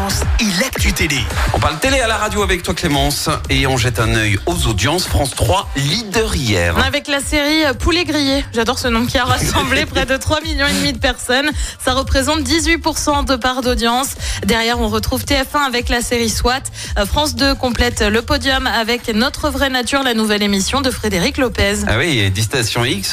Clémence. Et l'actu télé. On parle télé à la radio avec toi Clémence et on jette un œil aux audiences. France 3, leader hier. Avec la série Poulet grillé, j'adore ce nom, qui a rassemblé près de 3,5 millions de personnes. Ça représente 18% de part d'audience. Derrière, on retrouve TF1 avec la série SWAT. France 2 complète le podium avec Notre vraie nature, la nouvelle émission de Frédéric Lopez. Ah oui, et Destination X,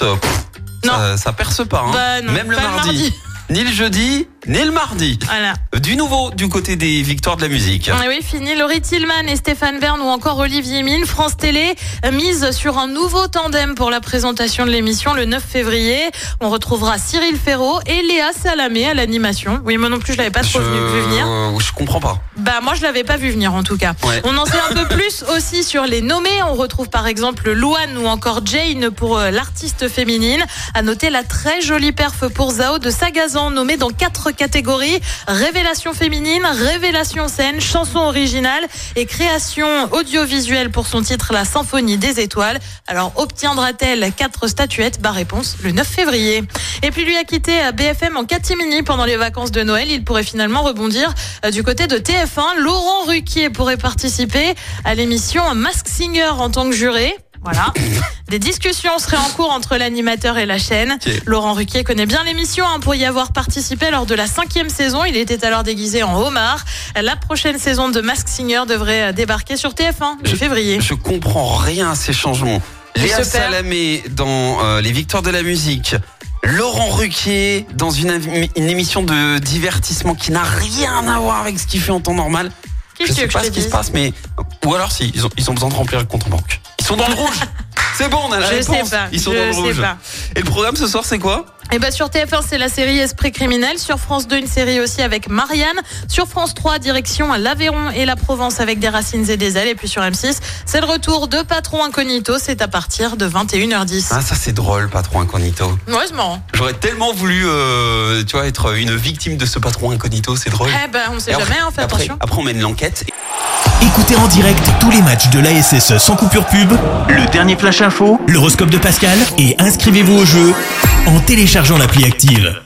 ça perce pas. Hein. Bah non, même le pas mardi. Ni le jeudi, ni le mardi. Voilà. Du nouveau du côté des victoires de la musique. Et oui, fini. Laurie Tillman et Stéphane Bern ou encore Olivier Mine. France Télé mise sur un nouveau tandem pour la présentation de l'émission le 9 février. On retrouvera Cyril Ferraud et Léa Salamé à l'animation. Oui, moi non plus, je l'avais pas trop vu venir. Je comprends pas. Bah, moi, je l'avais pas vu venir en tout cas. Ouais. On en sait un peu plus aussi sur les nommés. On retrouve par exemple Louane ou encore Jane pour l'artiste féminine. À noter la très jolie perf pour Zao de Sagazan, nommée dans 4 catégories: révélation féminine, révélation scène, chanson originale et création audiovisuelle pour son titre La Symphonie des étoiles. Alors, obtiendra-t-elle 4 statuettes? Réponse le 9 février. Et puis lui a quitté BFM en catimini pendant les vacances de Noël. Il pourrait finalement rebondir du côté de TF1. Laurent Ruquier pourrait participer à l'émission Masked Singer en tant que juré. Voilà. Des discussions seraient en cours entre l'animateur et la chaîne. Okay. Laurent Ruquier connaît bien l'émission pour y avoir participé lors de la 5e saison. Il était alors déguisé en homard. La prochaine saison de Masked Singer devrait débarquer sur TF1 en février. Je comprends rien à ces changements. Léa Salamé dans les victoires de la musique. Laurent Ruquier dans une émission de divertissement qui n'a rien à voir avec ce qu'il fait en temps normal. Je sais pas ce qui se passe, mais ou alors si ils ont besoin de remplir le compte en banque. Ils sont dans le rouge. C'est bon, on a la réponse. Je sais pas. Ils sont dans le rouge. Et le programme ce soir, c'est quoi? Et sur TF1, c'est la série Esprit criminel. Sur France 2, une série aussi avec Marianne. Sur France 3, direction l'Aveyron et la Provence avec des racines et des ailes. Et puis sur M6, c'est le retour de Patron Incognito. C'est à partir de 21h10. Ah, ça c'est drôle, Patron Incognito. Ouais, c'est marrant. J'aurais tellement voulu, être une victime de ce Patron Incognito. C'est drôle. On sait jamais, fais attention. Après, on mène l'enquête. Écoutez en direct tous les matchs de l'ASSE sans coupure pub, le dernier flash info, l'horoscope de Pascal et inscrivez-vous au jeu en téléchargeant l'appli Active.